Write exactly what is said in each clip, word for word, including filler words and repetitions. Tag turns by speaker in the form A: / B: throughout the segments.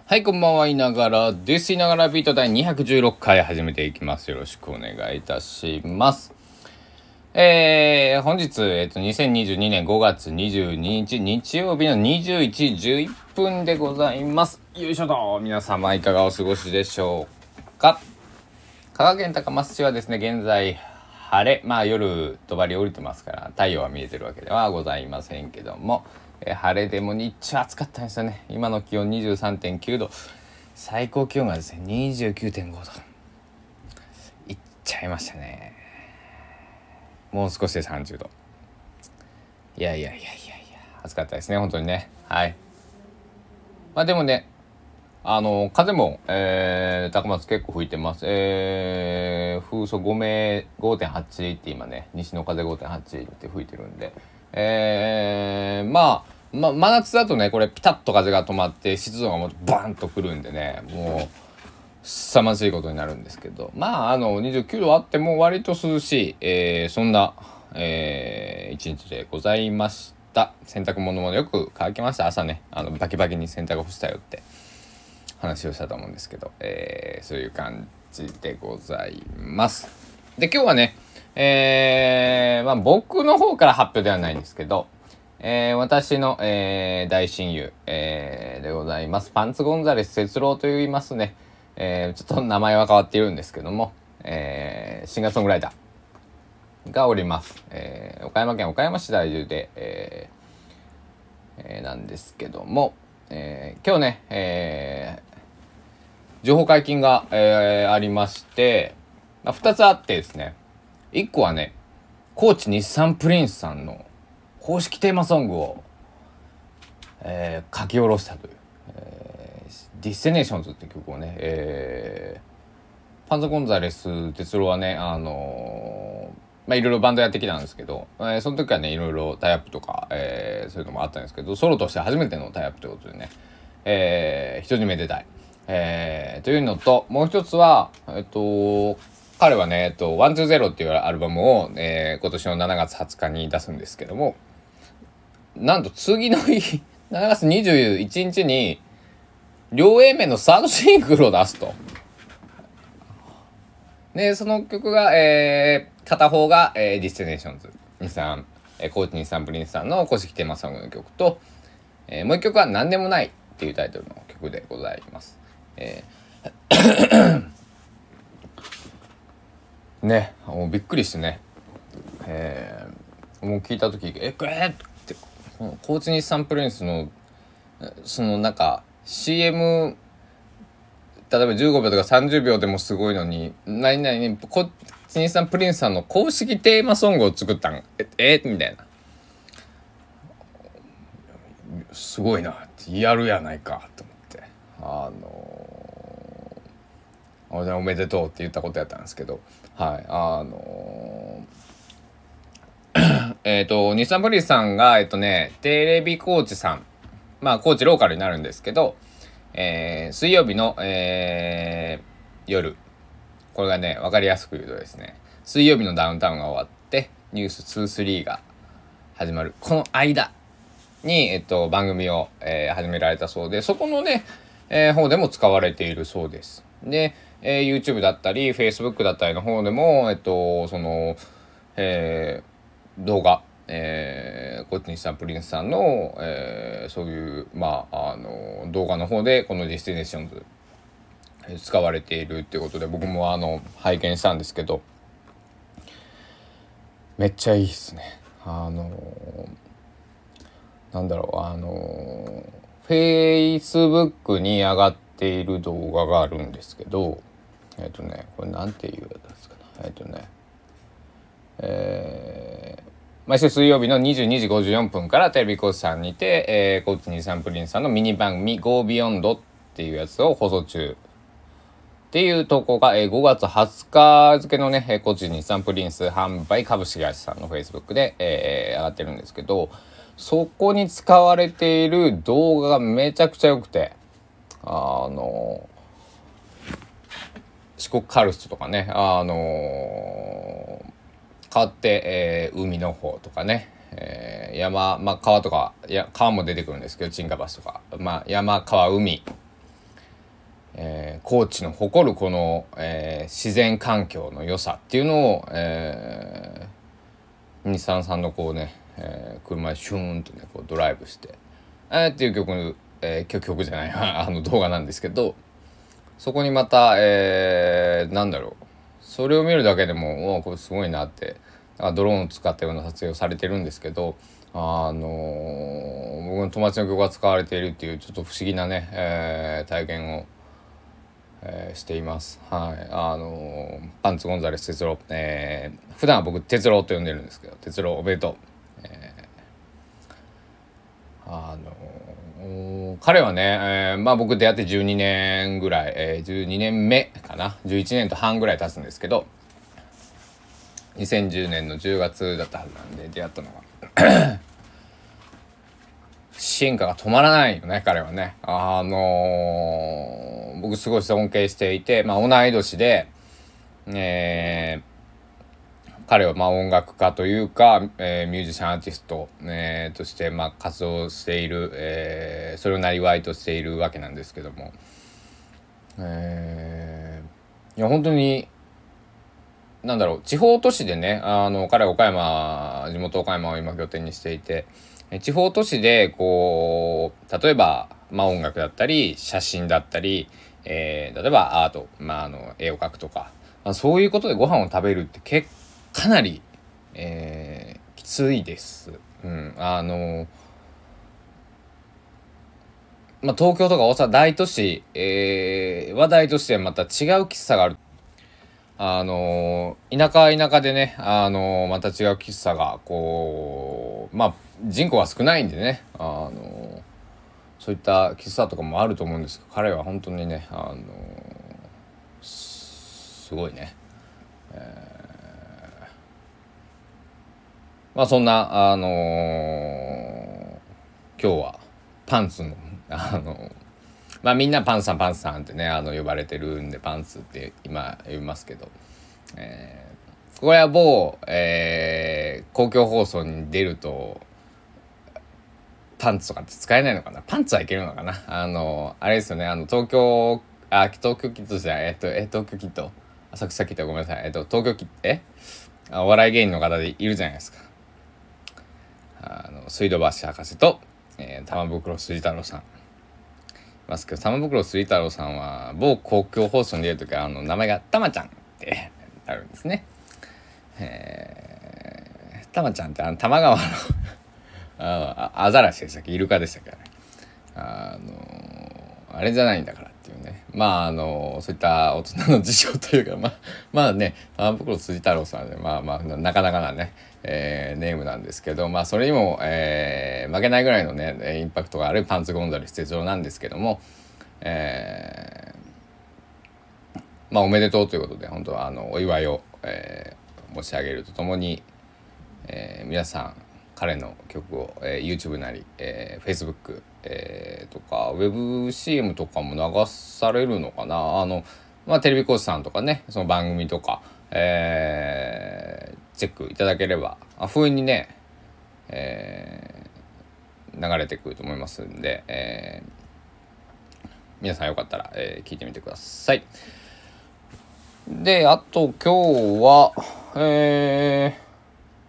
A: はい、こんばんは、いながらです。いながらビート第にひゃくじゅうろっかい始めていきます。よろしくお願いいたします。えー、本日、えっと、にせんにじゅうにねんごがつにじゅうににち、日曜日のにじゅういちじじゅういっぷんでございます。よいしょと、皆様いかがお過ごしでしょうか。香川県高松市はですね、現在、晴れ、まあ夜、とばり降りてますから、太陽は見えてるわけではございませんけども、えー、晴れでも日中暑かったんですよね。今の気温 にじゅうさんてんきゅうど、最高気温がですね にじゅうきゅうてんごどいっちゃいましたね。もう少しでさんじゅうど。いやいやいやいやいや暑かったですね、本当にね。はい。まあでもね、あの風も、えー、高松結構吹いてます。えー、風速ごメー ごてんはち って今ね、西の風 ごてんはち って吹いてるんで、えー、まあま、真夏だとね、これピタッと風が止まって湿度がもうバーンとくるんでね、もう凄まじいことになるんですけど、まああのにじゅうきゅうどあっても割と涼しい、えー、そんな、えー、一日でございました。洗濯物もよく乾きました。朝ね、あのバキバキに洗濯干したよって話をしたと思うんですけど、えー、そういう感じでございます。で、今日はね、えー、まあ僕の方から発表ではないんですけど、えー、私の、えー、大親友、えー、でございます。パンツゴンザレス哲郎と言いますね。えー、ちょっと名前は変わっているんですけども、えー、シンガーソングライターがおります。えー、岡山県岡山市在住で、えーえー、なんですけども、えー、今日ね、えー、情報解禁が、えー、ありまして、まあ、ふたつあってですね、いっこはね、高知日産プリンスさんの公式テーマソングを、えー、書き下ろしたという、えー、ディスティネーションズって曲をね、えー、パンザゴンザレス哲郎はね、あのー、まあいろいろバンドやってきたんですけど、えー、その時はねいろいろタイアップとか、えー、そういうのもあったんですけど、ソロとして初めてのタイアップということでね、えー、一人目出たい、えー、というのと、もう一つはえっと彼はね、えっと、ワンツーゼロっていうアルバムを、えー、今年のしちがつはつかに出すんですけども、なんと次の日しちがつにじゅういちにちに両 A 面のサードシングルを出すと。でその曲が、えー、片方が、えー、ディスティネーションズ日産、えー、高知日産プリンスさんの公式テーマソングの曲と、えー、もう一曲は何でもないっていうタイトルの曲でございます。えーね、もうびっくりしてね、えー、もう聞いた時えっえー、って高知日産プリンスのそのなんか シーエム 例えばじゅうごびょうとかさんじゅうびょうでもすごいのに、何々こっちにさんプリンスさんの公式テーマソングを作ったんええみたいな、すごいなってやるやないかと思って、あのー、おめでとうって言ったことやったんですけど、はい、あのー、えっと日産プリンスさんがえっとねテレビコーチさん、まあコーチローカルになるんですけど、えー、水曜日の、えー、夜、これがね分かりやすく言うとですね、水曜日のダウンタウンが終わってニュースにじゅうさんが始まるこの間に、えっと、番組を、えー、始められたそうで、そこのね、えー、方でも使われているそうです。で、えー、YouTube だったり Facebook だったりの方でも、えっと、その、えー、動画、えー、コッチニさんプリンスさんの、えー、そういう、まあ、あの動画の方でこのディスティネーションズ、えー、使われているっていうことで、僕もあの拝見したんですけど、めっちゃいいっすね。あのなんだろう、あの Facebook に上がっている動画があるんですけど、えっとねこれなんていうやつですかね、えっとねえー毎週水曜日のにじゅうにじごじゅうよんぷんからテレビコーチさんにて、えー、コーチにさんプリンスさんのミニ番組 Go Beyond っていうやつを放送中っていう投稿が、えー、ごがつはつか付のね、コーチにさんプリンス販売株式会社さんの Facebook で、えー、上がってるんですけど、そこに使われている動画がめちゃくちゃ良くて、あの四国カルストとかね、あの変わって、えー、海の方とかね、えー、山、まあ川とか、いや川も出てくるんですけど、沈下橋とか、まあ山川海、 えー、高知の誇るこの、えー、自然環境の良さっていうのを、えー、日産さんのこうね、えー、車でシューンとねこうドライブしてえー、っていう曲、えー、曲曲じゃないあの動画なんですけど、そこにまた、えー、なんだろう、それを見るだけでもおこれすごいなって、だからドローンを使ったような撮影をされてるんですけど、あのー、僕の友達の曲が使われているっていうちょっと不思議なね、えー、体験を、えー、しています。はい、あのー、パンツゴンザレス哲郎、えー、普段は僕哲郎と呼んでるんですけど、哲郎おめでとう。えー、あのー、彼はね、えー、まあ僕出会ってじゅうにねんぐらい、えー、じゅうにねんめかな、じゅういちねんと半ぐらい経つんですけど、にせんじゅうねんのじゅうがつだったはずなんで出会ったのが進化が止まらないよね、彼はね。あのー、僕すごい尊敬していて、まあ同い年で、えー、彼はまあ音楽家というか、えー、ミュージシャンアーティスト、えー、としてまあ活動している、えー、それをなりわいとしているわけなんですけども、えー、いや本当になんだろう、地方都市でね、あの彼は岡山、地元岡山を今拠点にしていて、地方都市でこう例えば、まあ、音楽だったり写真だったり、えー、例えばアート、まあ、あの絵を描くとか、まあ、そういうことでご飯を食べるって結かなり、えー、きついです。うん、あのまあ、東京とか大阪大都市、えー、は大都市でまた違う喫茶がある。あの田舎は田舎でね、あのまた違う喫茶がこう、まあ人口は少ないんでね、あのそういった喫茶とかもあると思うんですけど、彼は本当にね、あのすごいね、まあそんなあの今日はパンツのあのまあみんなパンさんパンさんってねあの呼ばれてるんでパンツって今呼びますけど、えー、これは某、えー、公共放送に出るとパンツとかって使えないのかな、パンツはいけるのかな、あのあれですよね、あの東京あ東京キットじゃないえっとえ東京キット浅草キットごめんなさいえっと東京キットえあお笑い芸人の方でいるじゃないですか、あの水道橋博士と、えー、玉袋筋太郎さんいますけど、玉袋筋太郎さんは某公共放送に出るときはあの名前がたまちゃんってなるんですね。えー、たまちゃんってあの多摩川のあアザラシでしたっけ、イルカでしたっけね、あのあれじゃないんだからっていうね、まああのそういった大人の事情というか、まあまあね玉袋筋太郎さんでまあまあなかなかなね、えー、ネームなんですけど、まあそれにも、えー、負けないぐらいのねインパクトがあるパンツゴンザレス哲郎なんですけども、えー、まあおめでとうということで本当はあのお祝いを、えー、申し上げるとともに、えー、皆さん彼の曲を、えー、YouTube なり、えー、Facebook、えー、とか ウェブシーエム とかも流されるのかな、あの、まあ、テレビ講師さんとかねその番組とか、えー、チェックいただければあ不意にね、えー、流れてくると思いますんで、えー、皆さんよかったら、えー、聞いてみてください。であと今日はえー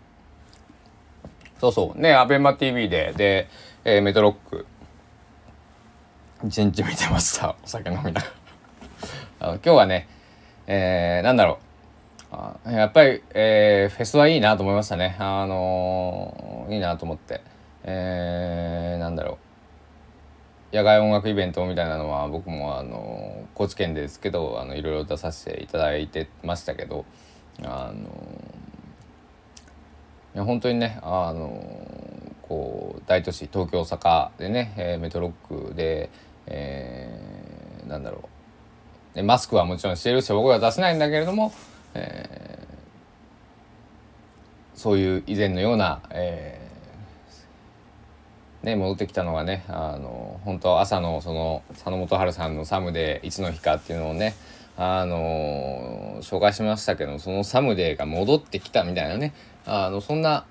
A: そうそうね、アベマ ティーブイ でで、えー、メトロック一日見てました、お酒飲みながらあの今日はね、えー、なんだろうあやっぱり、えー、フェスはいいなと思いましたね。あのー、いいなと思って、えー、なんだろう野外音楽イベントみたいなのは僕も、あのー、高知県ですけどあのいろいろ出させていただいてましたけど、あのーいや本当にね、あのこう大都市東京大阪でね、えー、メトロックで、えー、なんだろうでマスクはもちろんしてるし僕は出せないんだけれども、えー、そういう以前のような、えーね、戻ってきたのがね、あの本当朝のその佐野元春さんのサムでいつの日かっていうのをねあの紹介しましたけど、そのサムデーが戻ってきたみたいなね、あのそんな、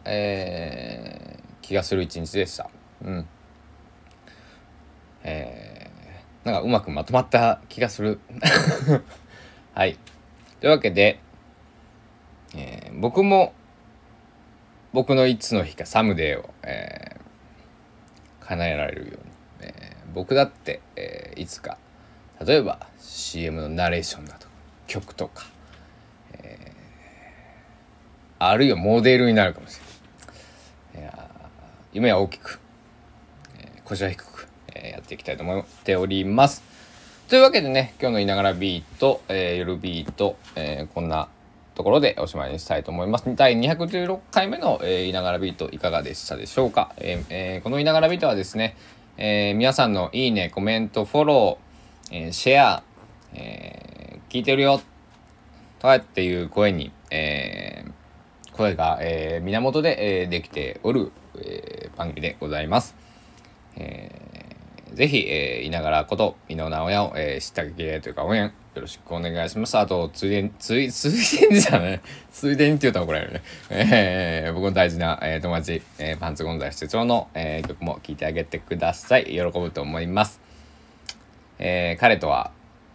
A: えー、気がする一日でした。うん。えなんかうまくまとまった気がするはいというわけで、えー、僕も僕のいつの日かサムデーを、えー、叶えられるように、えー、僕だって、えー、いつか例えば シーエム のナレーションだとか曲とか、えー、あるいはモデルになるかもしれない。いや夢は大きく、えー、腰は低く、えー、やっていきたいと思っております。というわけでね、今日のいながらビート、えー、夜ビート、えー、こんなところでおしまいにしたいと思います。だいにひゃくじゅうろっかいめの、えー、いながらビートいかがでしたでしょうか。えーえー、このいながらビートはですね、えー、皆さんのいいね、コメント、フォロー、えー、シェア、えー、聞いてるよとかっていう声に、えー、声が、えー、源で、えー、できておる、えー、番組でございます。えー、ぜひ、えー、いながらこと井野直哉を、えー、知った激励というか応援よろしくお願いします。あとついでについついでにじゃないついでにって言うと怒られるね、えー、僕の大事な、えー、友達、えー、パンツゴンザイ室長の、えー、曲も聴いてあげてください。喜ぶと思います。えー、彼とは、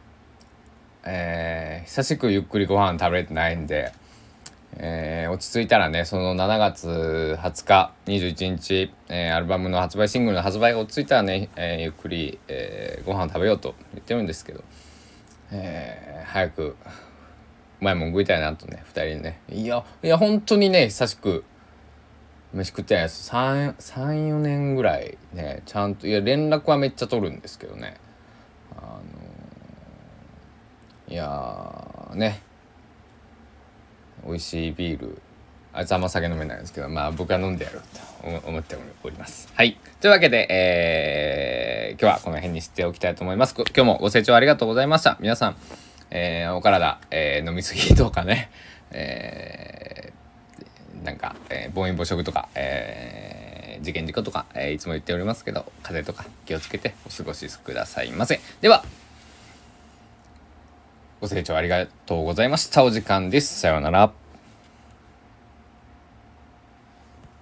A: えー、久しくゆっくりご飯食べれてないんで、えー、落ち着いたらね、そのしちがつはつかにじゅういちにち、えー、アルバムの発売、シングルの発売が落ち着いたらね、えー、ゆっくり、えー、ご飯食べようと言ってるんですけど、えー、早くうまいもん食いたいなとね、ふたりでね、いやいや本当にね、久しく飯食ってないです。さんよねんぐらいね、ちゃんと、いや連絡はめっちゃ取るんですけどね、あのー、いやーね、美味しいビール、あいつあんま酒飲めないんですけど、まあ僕は飲んでやろうと思っております。はい。というわけで、えー、今日はこの辺にしておきたいと思います。今日もご清聴ありがとうございました。皆さん、えー、お体、えー、飲みすぎとかね、えー、なんか、えー、暴飲暴食とか、えー、事件事故とか、えー、いつも言っておりますけど、風邪とか気をつけてお過ごしくださいませ。では、ご清聴ありがとうございました。お時間です。さようなら。